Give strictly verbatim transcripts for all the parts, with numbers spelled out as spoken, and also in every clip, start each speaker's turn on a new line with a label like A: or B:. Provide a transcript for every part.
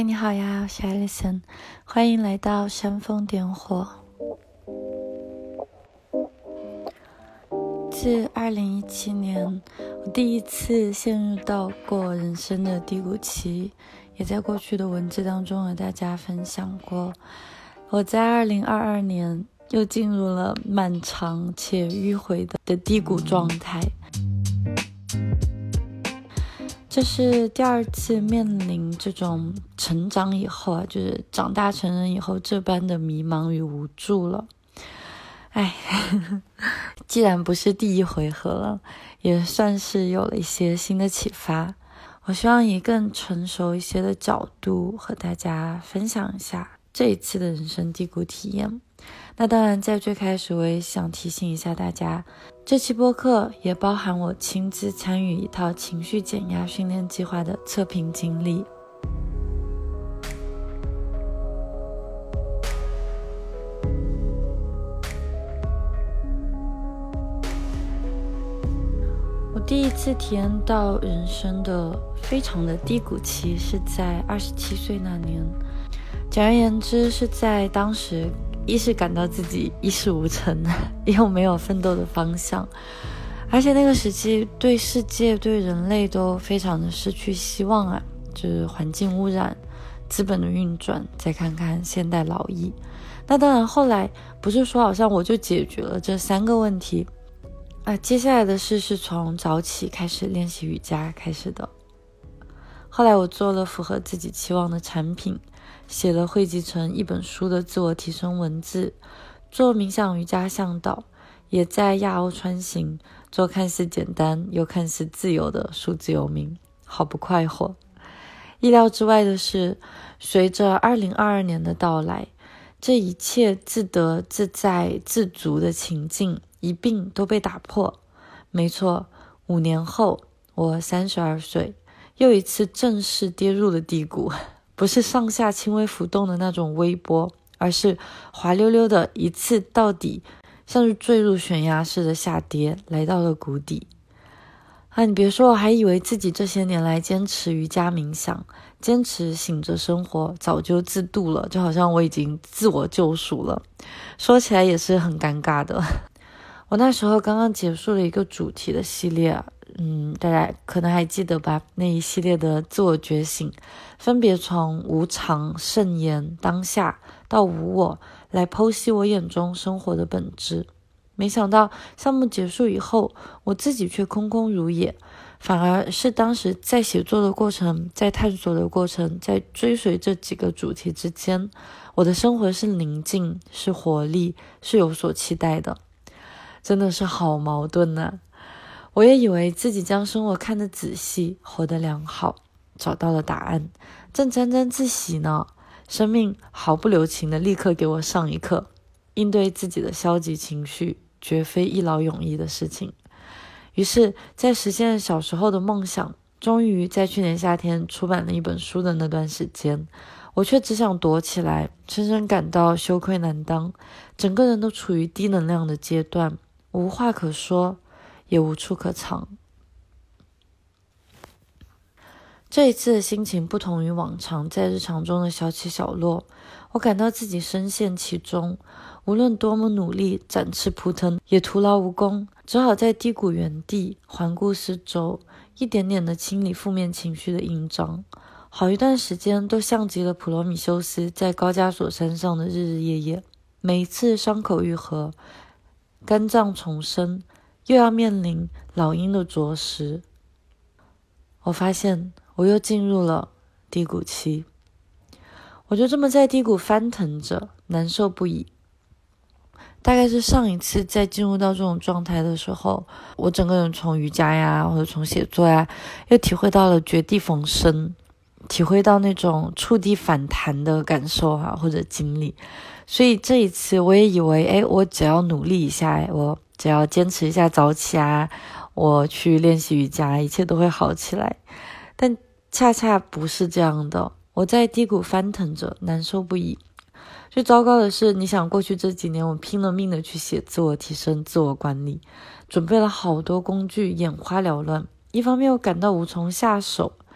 A: 嗨，你好呀，我是 Alison， 欢迎来到煽风点火。自二零一七年，我第一次陷入到过人生的低谷期，也在过去的文字当中和大家分享过。我在二零二二年又进入了漫长且迂回的的低谷状态。这是第二次面临这种成长以后啊，就是长大成人以后这般的迷茫与无助了。哎，既然不是第一回合了，也算是有了一些新的启发。我希望以更成熟一些的角度和大家分享一下这一次的人生低谷体验。那当然在最开始我也想提醒一下大家，这期播客也包含我亲自参与一套情绪减压训练计划的测评经历。我第一次体验到人生的非常的低谷期是在二十七岁那年，简而言之是在当时一是感到自己一事无成，又没有奋斗的方向，而且那个时期对世界对人类都非常的失去希望啊，就是环境污染、资本的运转，再看看现代老役。那当然后来不是说好像我就解决了这三个问题啊，接下来的事是从早起开始练习瑜伽开始的。后来我做了符合自己期望的产品，写了汇集成一本书的自我提升文字，做冥想瑜伽向导，也在亚欧穿行，做看似简单又看似自由的数字游民，好不快活。意料之外的是，随着二零二二年的到来，这一切自得自在自足的情境一并都被打破。没错，五年后我三十二岁，又一次正式跌入了低谷，不是上下轻微浮动的那种微波，而是滑溜溜的一次到底，像是坠入悬崖式的下跌，来到了谷底。啊，你别说，我还以为自己这些年来坚持瑜伽冥想，坚持醒着生活，早就自渡了，就好像我已经自我救赎了。说起来也是很尴尬的。我那时候刚刚结束了一个主题的系列，嗯，大家可能还记得吧？那一系列的自我觉醒，分别从无常、圣言、当下到无我，来剖析我眼中生活的本质。没想到项目结束以后，我自己却空空如也，反而是当时在写作的过程，在探索的过程，在追随这几个主题之间，我的生活是宁静，是活力，是有所期待的。真的是好矛盾啊。我也以为自己将生活看得仔细，活得良好，找到了答案，正沾沾自喜呢，生命毫不留情的立刻给我上一课，应对自己的消极情绪绝非一劳永逸的事情。于是在实现小时候的梦想，终于在去年夏天出版了一本书的那段时间，我却只想躲起来，深深感到羞愧难当，整个人都处于低能量的阶段，无话可说，也无处可藏。这一次的心情不同于往常在日常中的小起小落，我感到自己深陷其中，无论多么努力展翅扑腾也徒劳无功，只好在低谷原地环顾四周，一点点的清理负面情绪的印章。好一段时间都像极了普罗米修斯在高加索山上的日日夜夜，每一次伤口愈合，肝脏重生，又要面临老鹰的啄食。我发现我又进入了低谷期，我就这么在低谷翻腾着，难受不已。大概是上一次在进入到这种状态的时候，我整个人从瑜伽呀，或者从写作呀，又体会到了绝地逢生，体会到那种触地反弹的感受啊，或者经历。所以这一次我也以为，诶，我只要努力一下，我只要坚持一下早起啊，我去练习瑜伽，一切都会好起来。但恰恰不是这样的，我在低谷翻腾着，难受不已。最糟糕的是，你想过去这几年我拼了命的去写自我提升、自我管理，准备了好多工具，眼花缭乱，一方面又感到无从下手，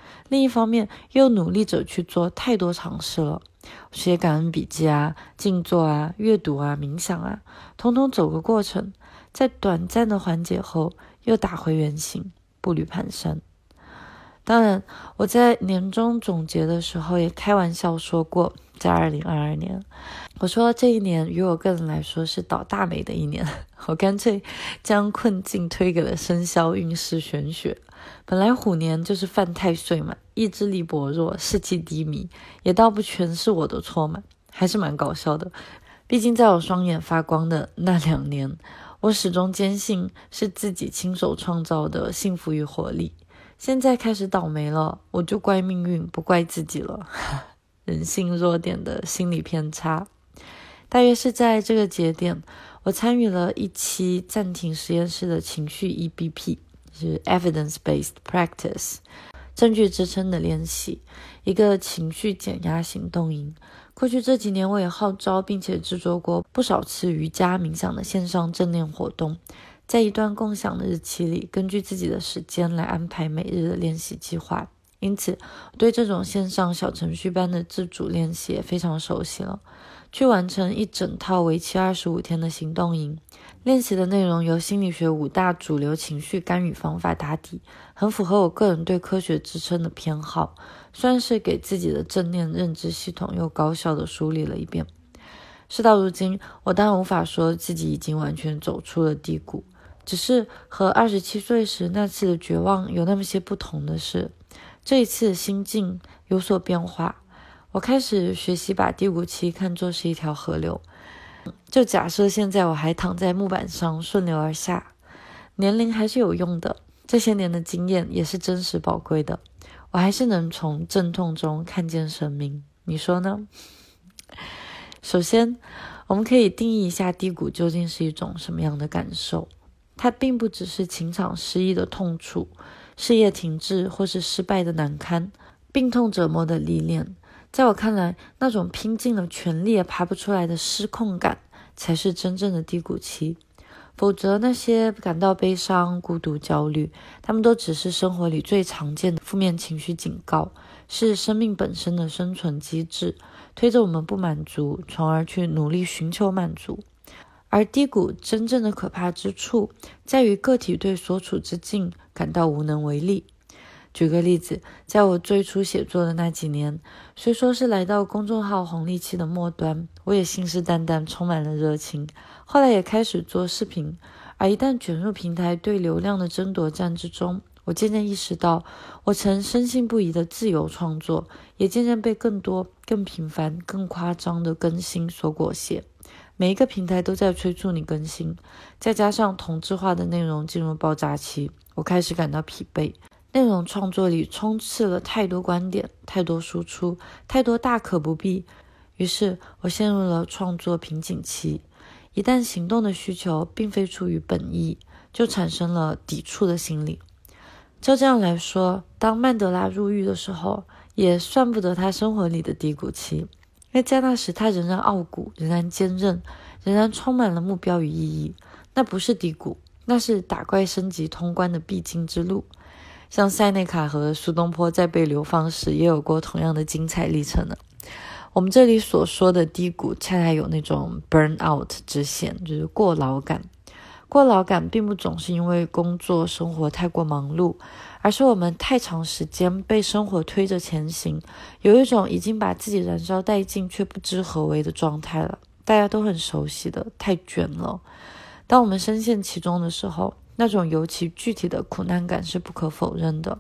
A: 另一方面又努力着去做太多尝试了，写感恩笔记啊，静坐啊，阅读啊，冥想啊，统统走个过程，在短暂的缓解后又打回原形，步履蹒跚。当然，我在年终总结的时候也开玩笑说过，在二零二二年，我说这一年于我个人来说是倒大霉的一年，我干脆将困境推给了生肖运势玄学。本来虎年就是犯太岁嘛，意志力薄弱，士气低迷，也倒不全是我的错嘛，还是蛮搞笑的。毕竟在我双眼发光的那两年，我始终坚信是自己亲手创造的幸福与活力。现在开始倒霉了，我就怪命运，不怪自己了。人性弱点的心理偏差。大约是在这个节点，我参与了一期暂停实验室的情绪 E B P， 是 Evidence-Based Practice， 证据支撑的练习，一个情绪减压行动营。过去这几年，我也号召并且制作过不少次瑜伽冥想的线上正念活动，在一段共享的日期里，根据自己的时间来安排每日的练习计划。因此，我对这种线上小程序般的自主练习也非常熟悉了。去完成一整套为期二十五天的行动营，练习的内容由心理学五大主流情绪干预方法打底，很符合我个人对科学支撑的偏好，算是给自己的正念认知系统又高效地梳理了一遍。事到如今，我当然无法说自己已经完全走出了低谷，只是和二十七岁时那次的绝望有那么些不同的是，这一次心境有所变化。我开始学习把低谷期看作是一条河流，就假设现在我还躺在木板上顺流而下，年龄还是有用的，这些年的经验也是真实宝贵的，我还是能从阵痛中看见生命，你说呢？首先，我们可以定义一下低谷究竟是一种什么样的感受。它并不只是情场失意的痛楚，事业停滞或是失败的难堪，病痛折磨的历练。在我看来，那种拼尽了全力也爬不出来的失控感，才是真正的低谷期。否则，那些感到悲伤、孤独、焦虑，他们都只是生活里最常见的负面情绪警告，是生命本身的生存机制，推着我们不满足，从而去努力寻求满足。而低谷真正的可怕之处，在于个体对所处之境感到无能为力。举个例子，在我最初写作的那几年，虽说是来到公众号红利期的末端，我也信誓旦旦充满了热情，后来也开始做视频，而一旦卷入平台对流量的争夺战之中，我渐渐意识到，我曾深信不疑的自由创作，也渐渐被更多、更频繁、更夸张的更新所裹挟。每一个平台都在催促你更新，再加上同质化的内容进入爆炸期，我开始感到疲惫。内容创作里充斥了太多观点，太多输出，太多大可不必，于是我陷入了创作瓶颈期。一旦行动的需求并非出于本意，就产生了抵触的心理。照这样来说，当曼德拉入狱的时候，也算不得他生活里的低谷期，因为在那时他仍然傲骨，仍然坚韧，仍然充满了目标与意义。那不是低谷，那是打怪升级通关的必经之路。像塞内卡和苏东坡在被流放时也有过同样的精彩历程呢。我们这里所说的低谷恰恰有那种 burn out 之嫌，就是过劳感。过劳感并不总是因为工作生活太过忙碌，而是我们太长时间被生活推着前行，有一种已经把自己燃烧殆尽却不知何为的状态了。大家都很熟悉的，太卷了。当我们深陷其中的时候，那种尤其具体的苦难感是不可否认的，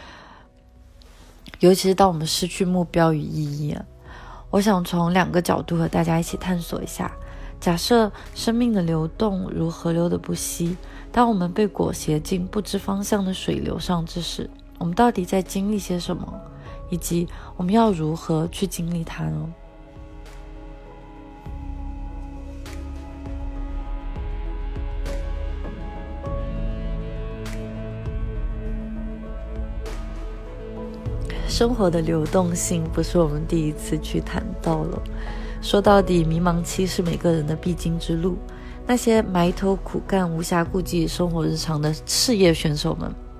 A: 尤其是当我们失去目标与意义。我想从两个角度和大家一起探索一下。假设生命的流动如河流的不息，当我们被裹挟进不知方向的水流上之时，我们到底在经历些什么，以及我们要如何去经历它呢？生活的流动性不是我们第一次去谈到了。说到底，迷茫期是每个人的必经之路。那些埋头苦干、无暇顾及生活日常的事业选手们，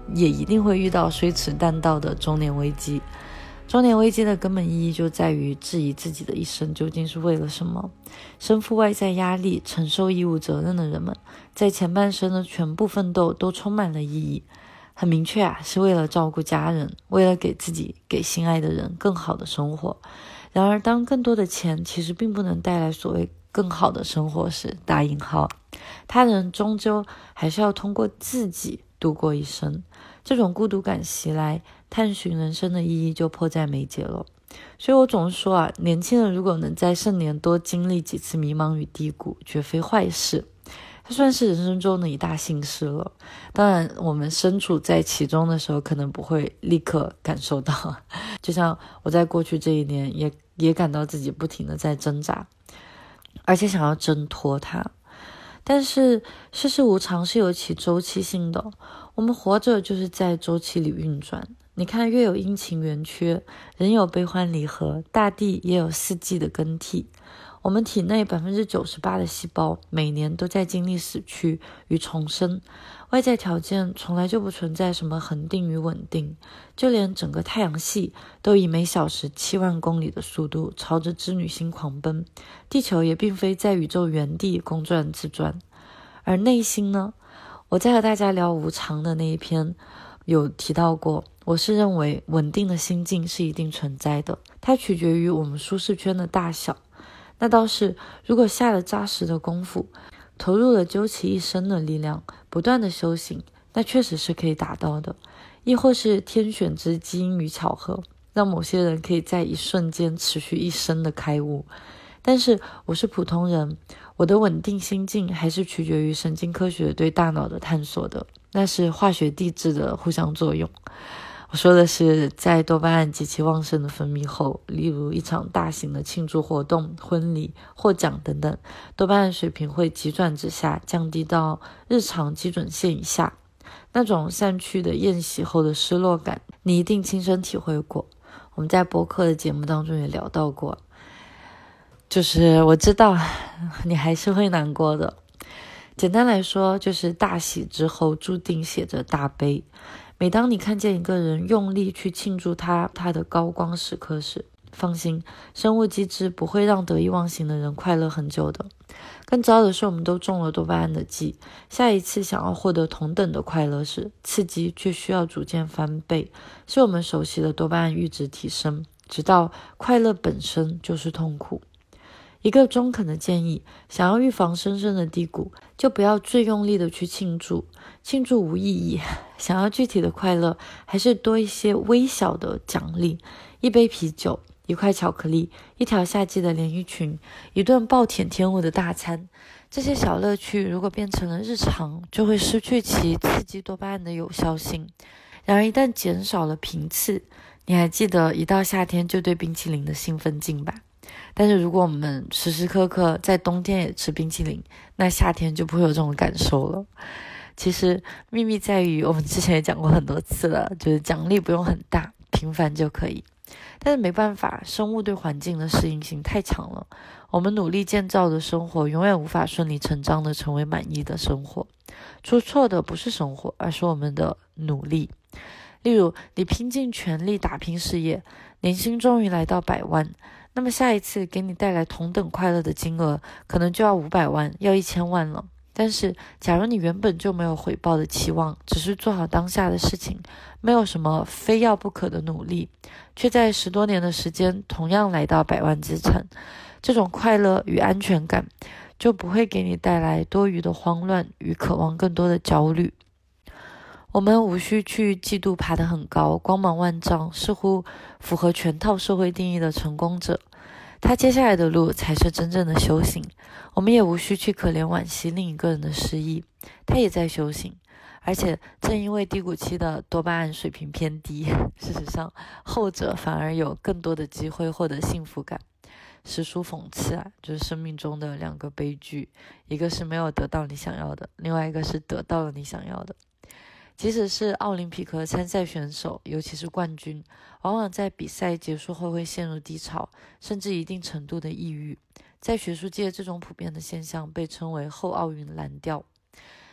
A: 也一定会遇到虽迟但到的中年危机。中年危机的根本意义就在于质疑自己的一生究竟是为了什么。身负外在压力、承受义务责任的人们，在前半生的全部奋斗都充满了意义。很明确啊，是为了照顾家人，为了给自己、给心爱的人更好的生活。然而，当更多的钱其实并不能带来所谓更好的生活时，打引号，他人终究还是要通过自己度过一生。这种孤独感袭来，探寻人生的意义就迫在眉睫了。所以我总是说啊，年轻人如果能在盛年多经历几次迷茫与低谷，绝非坏事。它算是人生中的一大幸事了。当然，我们身处在其中的时候，可能不会立刻感受到。就像我在过去这一年也，也感到自己不停的在挣扎，而且想要挣脱它。但是世事无常是有其周期性的，我们活着就是在周期里运转。你看，月有阴晴圆缺，人有悲欢离合，大地也有四季的更替。我们体内 百分之九十八 的细胞每年都在经历死去与重生，外在条件从来就不存在什么恒定与稳定，就连整个太阳系都以每小时七万公里的速度朝着织女星狂奔，地球也并非在宇宙原地公转自转。而内心呢，我在和大家聊无常的那一篇有提到过，我是认为稳定的心境是一定存在的，它取决于我们舒适圈的大小。那倒是，如果下了扎实的功夫，投入了究其一生的力量，不断的修行，那确实是可以达到的。亦或是天选之基因与巧合，让某些人可以在一瞬间持续一生的开悟。但是我是普通人，我的稳定心境还是取决于神经科学对大脑的探索的，那是化学地质的互相作用。我说的是，在多巴胺极其旺盛的分泌后，例如一场大型的庆祝活动、婚礼、获奖等等，多巴胺水平会急转直下，降低到日常基准线以下。那种散去的宴席后的失落感，你一定亲身体会过。我们在播客的节目当中也聊到过，就是我知道你还是会难过的。简单来说，就是大喜之后注定写着大悲。每当你看见一个人用力去庆祝他他的高光时刻时，放心，生物机制不会让得意忘形的人快乐很久的。更糟的是，我们都中了多巴胺的计，下一次想要获得同等的快乐时，刺激却需要逐渐翻倍，是我们熟悉的多巴胺阈值提升，直到快乐本身就是痛苦。一个中肯的建议，想要预防深深的低谷，就不要最用力的去庆祝，庆祝无意义。想要具体的快乐，还是多一些微小的奖励，一杯啤酒，一块巧克力，一条夏季的连衣裙，一顿暴殄天物的大餐。这些小乐趣如果变成了日常，就会失去其刺激多巴胺的有效性。然而一旦减少了频次，你还记得一到夏天就对冰淇淋的兴奋劲吧？但是如果我们时时刻刻在冬天也吃冰淇淋，那夏天就不会有这种感受了。其实秘密在于，我们之前也讲过很多次了，就是奖励不用很大，平凡就可以。但是没办法，生物对环境的适应性太强了，我们努力建造的生活永远无法顺理成章的成为满意的生活。出错的不是生活，而是我们的努力。例如，你拼尽全力打拼事业，年薪终于来到百万，那么下一次给你带来同等快乐的金额可能就要五百万，要一千万了。但是假如你原本就没有回报的期望，只是做好当下的事情，没有什么非要不可的努力，却在十多年的时间同样来到百万资产，这种快乐与安全感就不会给你带来多余的慌乱与渴望更多的焦虑。我们无需去嫉妒爬得很高、光芒万丈、似乎符合全套社会定义的成功者，他接下来的路才是真正的修行。我们也无需去可怜惋惜另一个人的失意，他也在修行。而且正因为低谷期的多巴胺水平偏低，事实上后者反而有更多的机会获得幸福感。实属讽刺啊，就是生命中的两个悲剧，一个是没有得到你想要的，另外一个是得到了你想要的。即使是奥林匹克参赛选手，尤其是冠军，往往在比赛结束后会陷入低潮，甚至一定程度的抑郁。在学术界，这种普遍的现象被称为后奥运蓝调。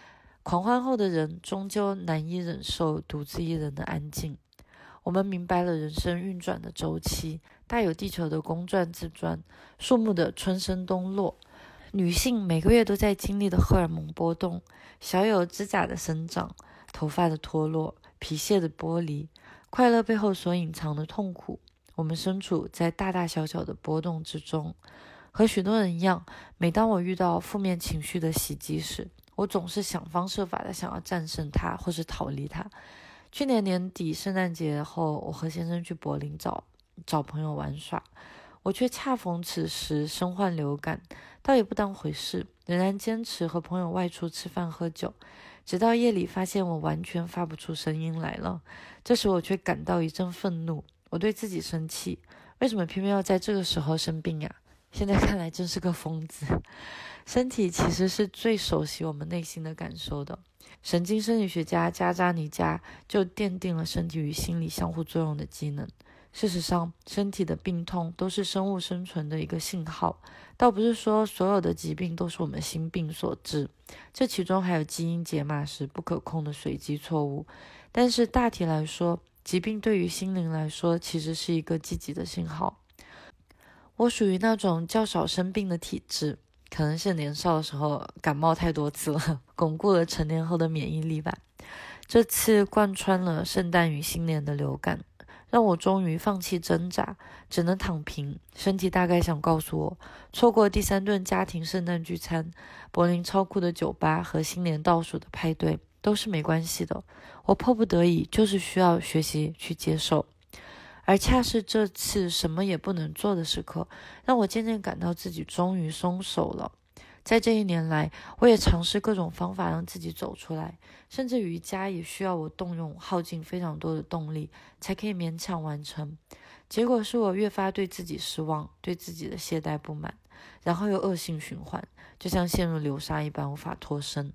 A: 狂欢后的人终究难以忍受独自一人的安静。我们明白了人生运转的周期，大有地球的公转自转，树木的春生冬落，女性每个月都在经历的荷尔蒙波动，小有指甲的生长，头发的脱落，皮屑的剥离，快乐背后所隐藏的痛苦。我们身处在大大小小的波动之中。和许多人一样，每当我遇到负面情绪的袭击时，我总是想方设法的想要战胜它，或是逃离它。去年年底圣诞节后，我和先生去柏林找找朋友玩耍，我却恰逢此时身患流感，倒也不当回事，仍然坚持和朋友外出吃饭喝酒，直到夜里发现我完全发不出声音来了。这时我却感到一阵愤怒，我对自己生气，为什么偏偏要在这个时候生病呀？现在看来真是个疯子。身体其实是最熟悉我们内心的感受的。神经生理学家加扎尼加就奠定了身体与心理相互作用的机能。事实上，身体的病痛都是生物生存的一个信号，倒不是说所有的疾病都是我们心病所致，这其中还有基因解码时不可控的随机错误。但是大体来说，疾病对于心灵来说其实是一个积极的信号。我属于那种较少生病的体质，可能是年少的时候感冒太多次了，巩固了成年后的免疫力吧。这次贯穿了圣诞与新年的流感，让我终于放弃挣扎，只能躺平。身体大概想告诉我，错过第三顿家庭圣诞聚餐，柏林超酷的酒吧和新年倒数的派对都是没关系的。我迫不得已，就是需要学习去接受。而恰是这次什么也不能做的时刻，让我渐渐感到自己终于松手了。在这一年来，我也尝试各种方法让自己走出来，甚至瑜伽也需要我动用耗尽非常多的动力，才可以勉强完成。结果是我越发对自己失望，对自己的懈怠不满，然后又恶性循环，就像陷入流沙一般无法脱身。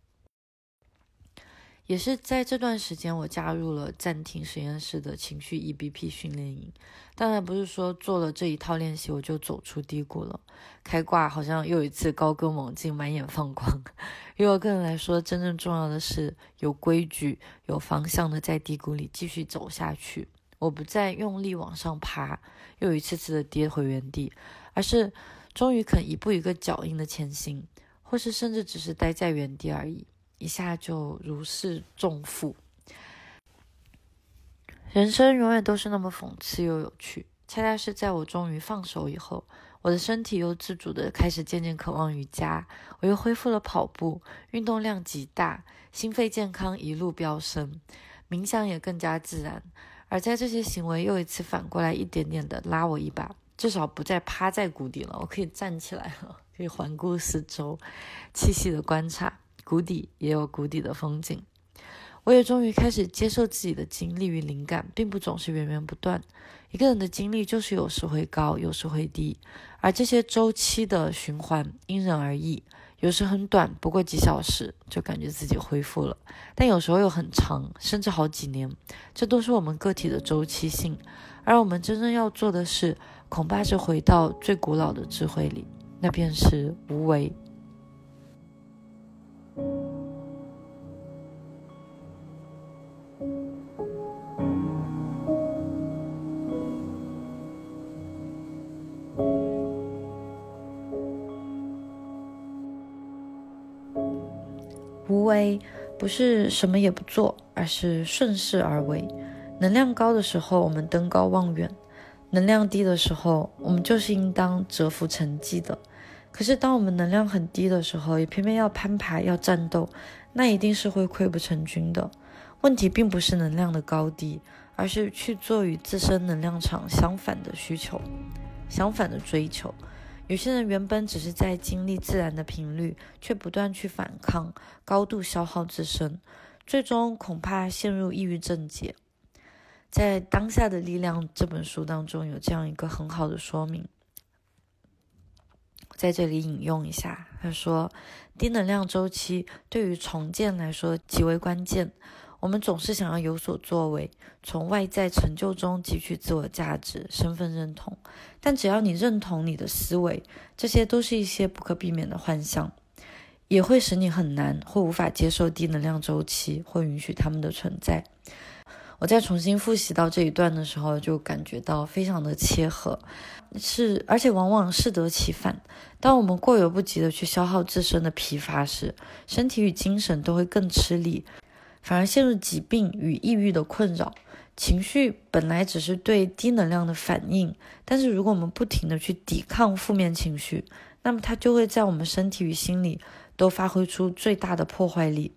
A: 也是在这段时间，我加入了暂停实验室的情绪 E B P 训练营。当然不是说做了这一套练习我就走出低谷了，开挂好像又一次高歌猛进，满眼放光。于我个人来说，真正重要的是有规矩、有方向的在低谷里继续走下去。我不再用力往上爬，又一次次的跌回原地，而是终于肯一步一个脚印的前行，或是甚至只是待在原地而已。一下就如释重负。人生永远都是那么讽刺又有趣，恰恰是在我终于放手以后，我的身体又自主的开始渐渐渴望瑜伽，我又恢复了跑步，运动量极大，心肺健康一路飙升，冥想也更加自然。而在这些行为又一次反过来一点点的拉我一把，至少不再趴在谷底了，我可以站起来了，可以环顾四周，细细的观察谷底也有谷底的风景。我也终于开始接受自己的经历与灵感并不总是源源不断，一个人的经历就是有时会高，有时会低，而这些周期的循环因人而异，有时很短，不过几小时就感觉自己恢复了，但有时候又很长，甚至好几年，这都是我们个体的周期性。而我们真正要做的事，恐怕是回到最古老的智慧里，那便是无为。无为不是什么也不做，而是顺势而为。能量高的时候，我们登高望远；能量低的时候，我们就是应当蛰伏沉寂的。可是当我们能量很低的时候，也偏偏要攀爬，要战斗，那一定是会溃不成军的。问题并不是能量的高低，而是去做与自身能量场相反的需求，相反的追求。有些人原本只是在经历自然的频率，却不断去反抗，高度消耗自身，最终恐怕陷入抑郁症结。在《当下的力量》这本书当中有这样一个很好的说明，在这里引用一下，他说，低能量周期对于重建来说极为关键。我们总是想要有所作为，从外在成就中汲取自我价值、身份认同，但只要你认同你的思维，这些都是一些不可避免的幻象。 也会使你很难或无法接受低能量周期，或允许它们的存在。我在重新复习到这一段的时候，就感觉到非常的切合，是而且往往适得其反。当我们过犹不及的去消耗自身的疲乏时，身体与精神都会更吃力，反而陷入疾病与抑郁的困扰。情绪本来只是对低能量的反应，但是如果我们不停的去抵抗负面情绪，那么它就会在我们身体与心理都发挥出最大的破坏力。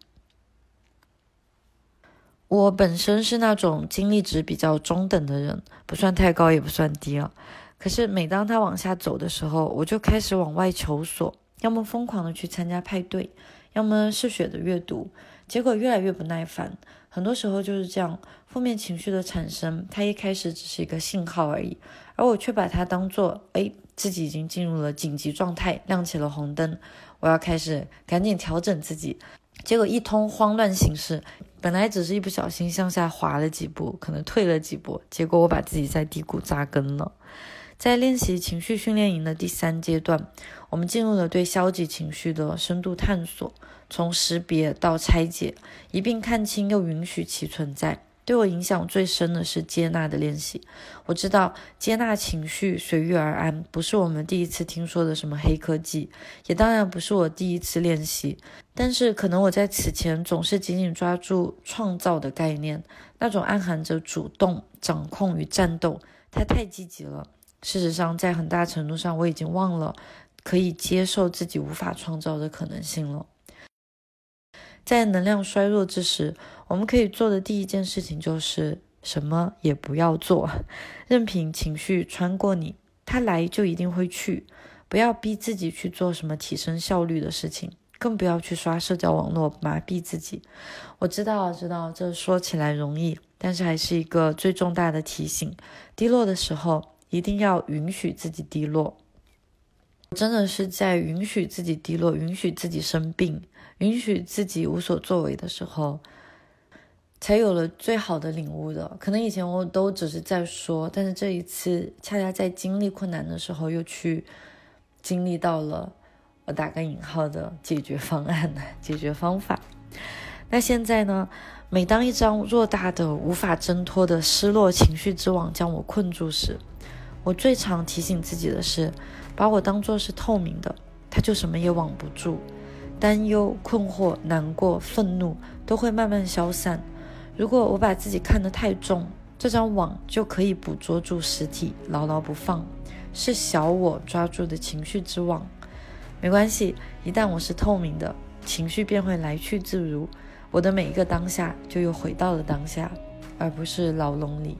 A: 我本身是那种精力值比较中等的人，不算太高也不算低啊。可是每当它往下走的时候，我就开始往外求索，要么疯狂的去参加派对，要么嗜血的阅读，结果越来越不耐烦。很多时候就是这样，负面情绪的产生，它一开始只是一个信号而已，而我却把它当作诶自己已经进入了紧急状态，亮起了红灯，我要开始赶紧调整自己。结果一通慌乱行事，本来只是一不小心向下滑了几步，可能退了几步，结果我把自己在低谷扎根了。在练习情绪训练营的第三阶段，我们进入了对消极情绪的深度探索，从识别到拆解，一并看清又允许其存在。对我影响最深的是接纳的练习。我知道接纳情绪随遇而安不是我们第一次听说的什么黑科技，也当然不是我第一次练习，但是可能我在此前总是紧紧抓住创造的概念，那种暗含着主动、掌控与战斗，它太积极了。事实上在很大程度上我已经忘了可以接受自己无法创造的可能性了。在能量衰弱之时，我们可以做的第一件事情就是什么也不要做，任凭情绪穿过你，它来就一定会去。不要逼自己去做什么提升效率的事情，更不要去刷社交网络麻痹自己。我知道知道这说起来容易，但是还是一个最重大的提醒，低落的时候一定要允许自己低落。真的是在允许自己低落，允许自己生病，允许自己无所作为的时候，才有了最好的领悟的。可能以前我都只是在说，但是这一次恰恰在经历困难的时候，又去经历到了我打个引号的解决方案、解决方法。那现在呢，每当一张偌大的无法挣脱的失落情绪之网将我困住时，我最常提醒自己的是，把我当作是透明的，它就什么也网不住。担忧、困惑、难过、愤怒都会慢慢消散。如果我把自己看得太重，这张网就可以捕捉住实体，牢牢不放，是小我抓住的情绪之网。没关系，一旦我是透明的，情绪便会来去自如，我的每一个当下就又回到了当下，而不是牢笼里。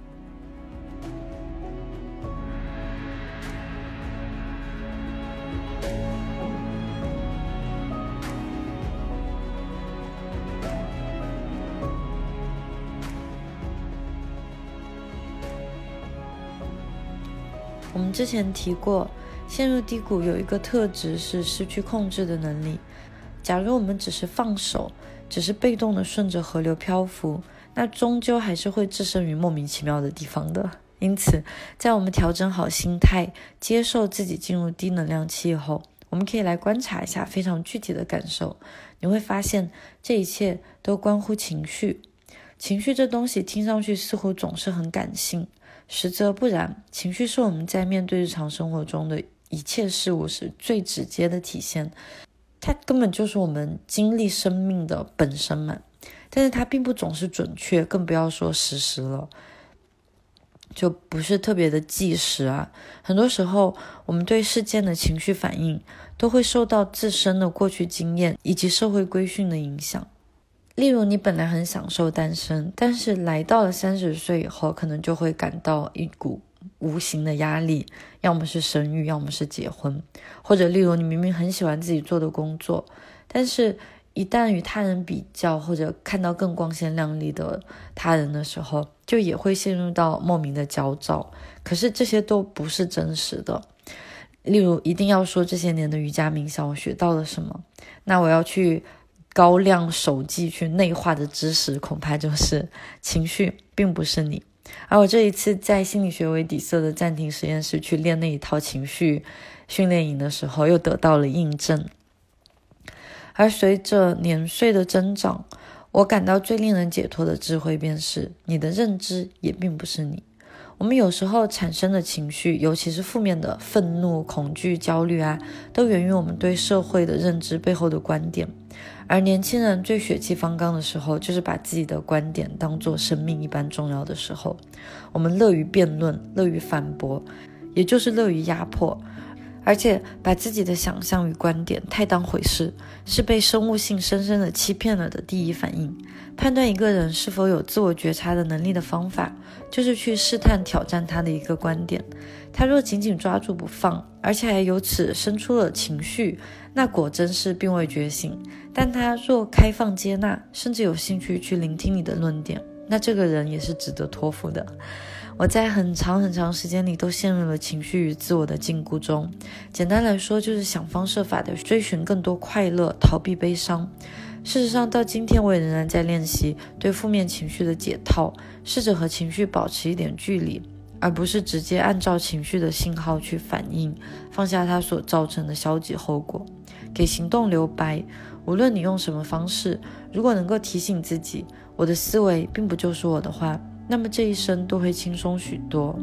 A: 我们之前提过，陷入低谷有一个特质是失去控制的能力。假如我们只是放手，只是被动的顺着河流漂浮，那终究还是会置身于莫名其妙的地方的。因此，在我们调整好心态，接受自己进入低能量期后，我们可以来观察一下非常具体的感受。你会发现，这一切都关乎情绪。情绪这东西听上去似乎总是很感性，实则不然，情绪是我们在面对日常生活中的一切事物时最直接的体现，它根本就是我们经历生命的本身嘛。但是它并不总是准确，更不要说实时了，就不是特别的即时啊。很多时候我们对事件的情绪反应都会受到自身的过去经验以及社会规训的影响。例如你本来很享受单身，但是来到了三十岁以后，可能就会感到一股无形的压力，要么是生育，要么是结婚。或者例如你明明很喜欢自己做的工作，但是一旦与他人比较，或者看到更光鲜亮丽的他人的时候，就也会陷入到莫名的焦躁。可是这些都不是真实的。例如一定要说这些年的瑜伽冥想我学到了什么，那我要去高亮手记去内化的知识，恐怕就是情绪并不是你。而我这一次在心理学为底色的暂停实验室去练那一套情绪训练营的时候，又得到了印证。 而随着年岁的增长，我感到最令人解脱的智慧便是，你的认知也并不是你。我们有时候产生的情绪，尤其是负面的愤怒、恐惧、焦虑啊，都源于我们对社会的认知背后的观点。而年轻人最血气方刚的时候，就是把自己的观点当作生命一般重要的时候。我们乐于辩论，乐于反驳，也就是乐于压迫，而且把自己的想象与观点太当回事，是被生物性深深的欺骗了的第一反应。判断一个人是否有自我觉察的能力的方法，就是去试探挑战他的一个观点。他若紧紧抓住不放，而且还由此生出了情绪，那果真是并未觉醒。但他若开放接纳，甚至有兴趣去聆听你的论点，那这个人也是值得托付的。我在很长很长时间里都陷入了情绪与自我的禁锢中，简单来说就是想方设法的追寻更多快乐，逃避悲伤。事实上，到今天我也仍然在练习对负面情绪的解套，试着和情绪保持一点距离，而不是直接按照情绪的信号去反应，放下它所造成的消极后果，给行动留白。无论你用什么方式，如果能够提醒自己，我的思维并不就是我的话，那么这一生都会轻松许多。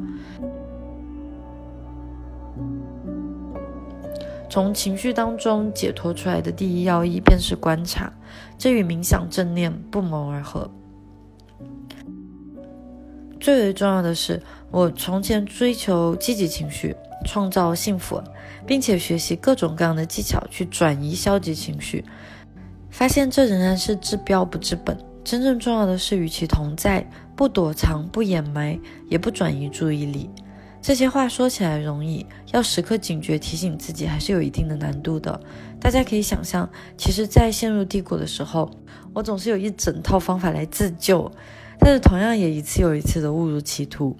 A: 从情绪当中解脱出来的第一要义便是观察，这与冥想正念不谋而合。最为重要的是，我从前追求积极情绪，创造幸福，并且学习各种各样的技巧去转移消极情绪，发现这仍然是治标不治本。真正重要的是与其同在，不躲藏，不掩埋，也不转移注意力。这些话说起来容易，要时刻警觉提醒自己还是有一定的难度的。大家可以想象，其实在陷入低谷的时候，我总是有一整套方法来自救，但是同样也一次又一次的误入歧途。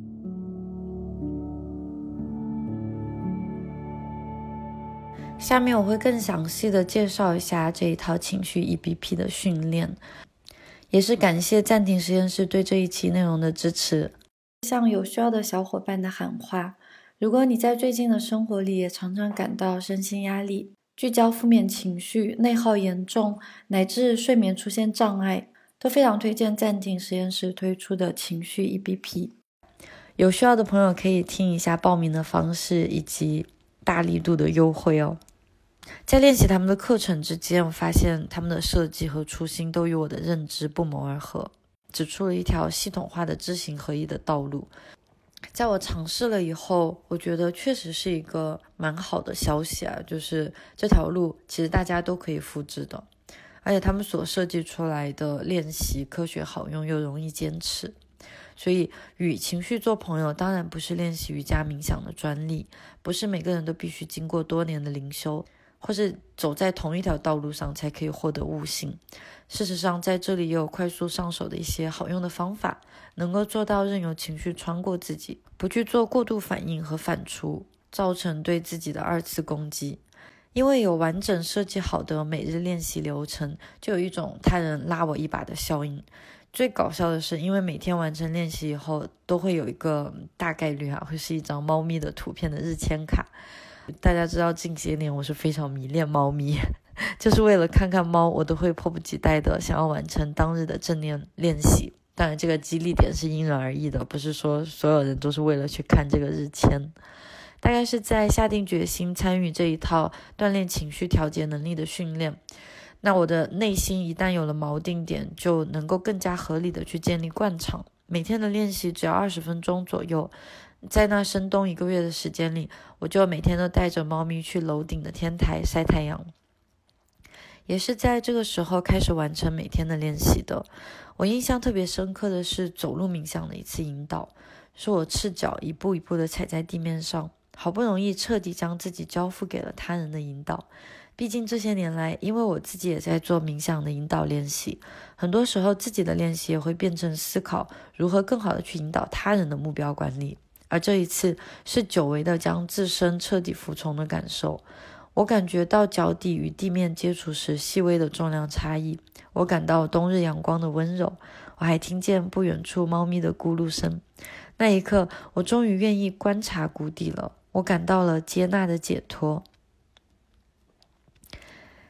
A: 下面我会更详细的介绍一下这一套情绪 E B P 的训练，也是感谢暂停实验室对这一期内容的支持。向有需要的小伙伴的喊话，如果你在最近的生活里也常常感到身心压力，聚焦负面情绪，内耗严重，乃至睡眠出现障碍，都非常推荐暂停实验室推出的情绪 E B P。 有需要的朋友可以听一下报名的方式以及大力度的优惠哦。在练习他们的课程之间，我发现他们的设计和初心都与我的认知不谋而合，指出了一条系统化的知行合一的道路。在我尝试了以后，我觉得确实是一个蛮好的消息啊，就是这条路其实大家都可以复制的，而且他们所设计出来的练习科学好用又容易坚持。所以与情绪做朋友当然不是练习瑜伽冥想的专利，不是每个人都必须经过多年的灵修，或是走在同一条道路上才可以获得悟性。事实上，在这里也有快速上手的一些好用的方法，能够做到任由情绪穿过自己，不去做过度反应和反刍，造成对自己的二次攻击。因为有完整设计好的每日练习流程，就有一种他人拉我一把的效应。最搞笑的是，因为每天完成练习以后，都会有一个大概率啊，会是一张猫咪的图片的日签卡。大家知道近些年我是非常迷恋猫咪，就是为了看看猫，我都会迫不及待的想要完成当日的正念练习。当然这个激励点是因人而异的，不是说所有人都是为了去看这个日签。大概是在下定决心参与这一套锻炼情绪调节能力的训练，那我的内心一旦有了锚定点，就能够更加合理的去建立惯常。每天的练习只要二十分钟左右，在那深冬一个月的时间里，我就每天都带着猫咪去楼顶的天台晒太阳。也是在这个时候开始完成每天的练习的。我印象特别深刻的是走路冥想的一次引导，是我赤脚一步一步的踩在地面上，好不容易彻底将自己交付给了他人的引导。毕竟这些年来，因为我自己也在做冥想的引导练习，很多时候自己的练习也会变成思考如何更好的去引导他人的目标管理。而这一次是久违的将自身彻底服从的感受。我感觉到脚底与地面接触时细微的重量差异，我感到冬日阳光的温柔，我还听见不远处猫咪的咕噜声。那一刻，我终于愿意观察谷底了，我感到了接纳的解脱。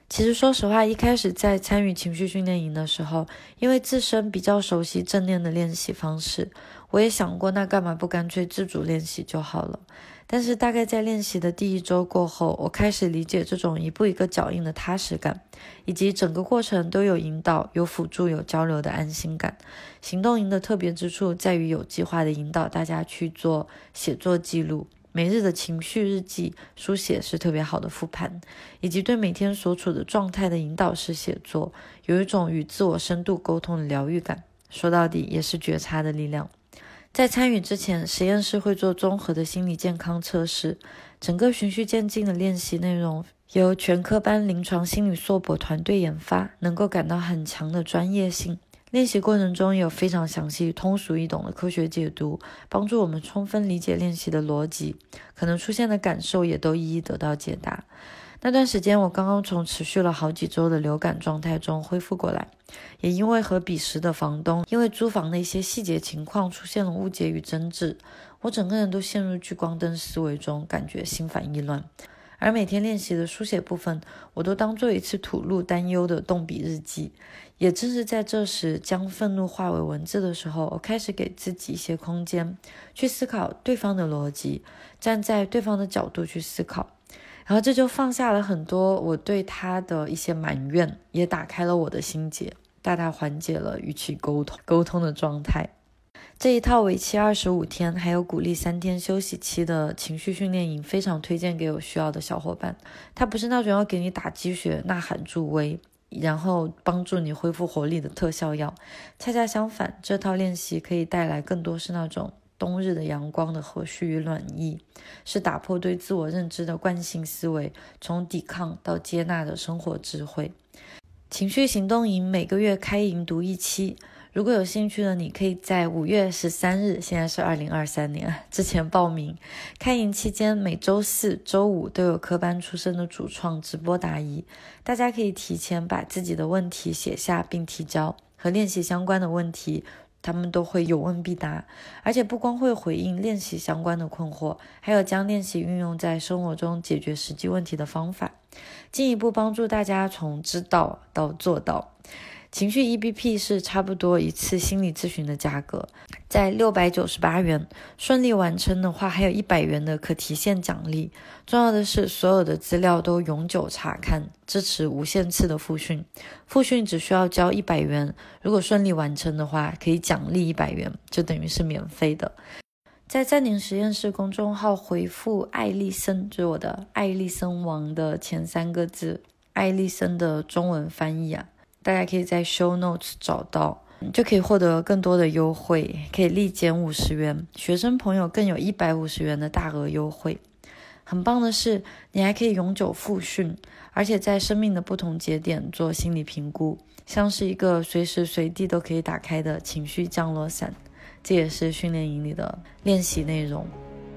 A: 其实说实话，一开始在参与情绪训练营的时候，因为自身比较熟悉正念的练习方式，我也想过那干嘛不干脆自主练习就好了。但是大概在练习的第一周过后，我开始理解这种一步一个脚印的踏实感，以及整个过程都有引导、有辅助、有交流的安心感。行动营的特别之处在于有计划的引导大家去做写作记录，每日的情绪日记书写是特别好的复盘，以及对每天所处的状态的引导式写作，有一种与自我深度沟通的疗愈感，说到底也是觉察的力量。在参与之前，实验室会做综合的心理健康测试，整个循序渐进的练习内容由全科班临床心理硕博团队研发，能够感到很强的专业性。练习过程中也有非常详细、通俗易懂的科学解读，帮助我们充分理解练习的逻辑，可能出现的感受也都一一得到解答。那段时间我刚刚从持续了好几周的流感状态中恢复过来，也因为和彼时的房东因为租房的一些细节情况出现了误解与争执，我整个人都陷入聚光灯思维中，感觉心烦意乱。而每天练习的书写部分，我都当做一次吐露担忧的动笔日记。也正是在这时，将愤怒化为文字的时候，我开始给自己一些空间，去思考对方的逻辑，站在对方的角度去思考。然后这就放下了很多我对他的一些埋怨，也打开了我的心结，大大缓解了与其沟通沟通的状态。这一套为期二十五天还有鼓励三天休息期的情绪训练营非常推荐给有需要的小伙伴。它不是那种要给你打鸡血、呐喊助威，然后帮助你恢复活力的特效药，恰恰相反，这套练习可以带来更多是那种冬日的阳光的和煦与暖意，是打破对自我认知的惯性思维，从抵抗到接纳的生活智慧。情绪行动营每个月开营读一期，如果有兴趣的你可以在五月十三日，现在是二零二三年之前报名。开营期间每周四周五都有科班出身的主创直播答疑，大家可以提前把自己的问题写下并提交，和练习相关的问题他们都会有问必答，而且不光会回应练习相关的困惑，还有将练习运用在生活中解决实际问题的方法，进一步帮助大家从知道到做到。情绪 E B P 是差不多一次心理咨询的价格，在六百九十八元，顺利完成的话还有一百元的可提现奖励。重要的是所有的资料都永久查看，支持无限次的复训。复训只需要交一百元，如果顺利完成的话可以奖励一百元，就等于是免费的。在暂停实验室公众号回复艾丽森，就是我的艾丽森王的前三个字，艾丽森的中文翻译啊，大家可以在 show notes 找到，就可以获得更多的优惠，可以立减五十元，学生朋友更有一百五十元的大额优惠。很棒的是，你还可以永久复训，而且在生命的不同节点做心理评估，像是一个随时随地都可以打开的情绪降落伞，这也是训练营里的练习内容。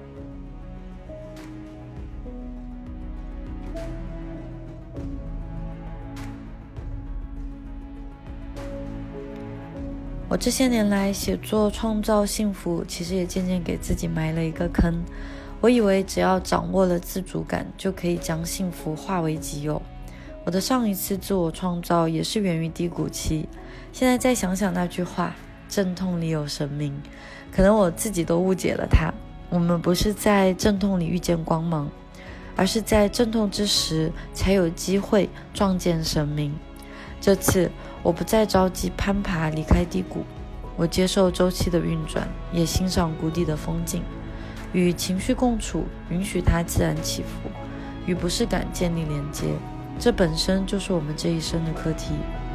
A: 我这些年来写作创造幸福，其实也渐渐给自己埋了一个坑。我以为只要掌握了自主感，就可以将幸福化为己有。我的上一次自我创造也是源于低谷期，现在再想想那句话，阵痛里有神明，可能我自己都误解了它。我们不是在阵痛里遇见光芒，而是在阵痛之时才有机会撞见神明。这次我不再着急攀爬离开低谷，我接受周期的运转，也欣赏谷底的风景，与情绪共处，允许它自然起伏，与不适感建立连接，这本身就是我们这一生的课题。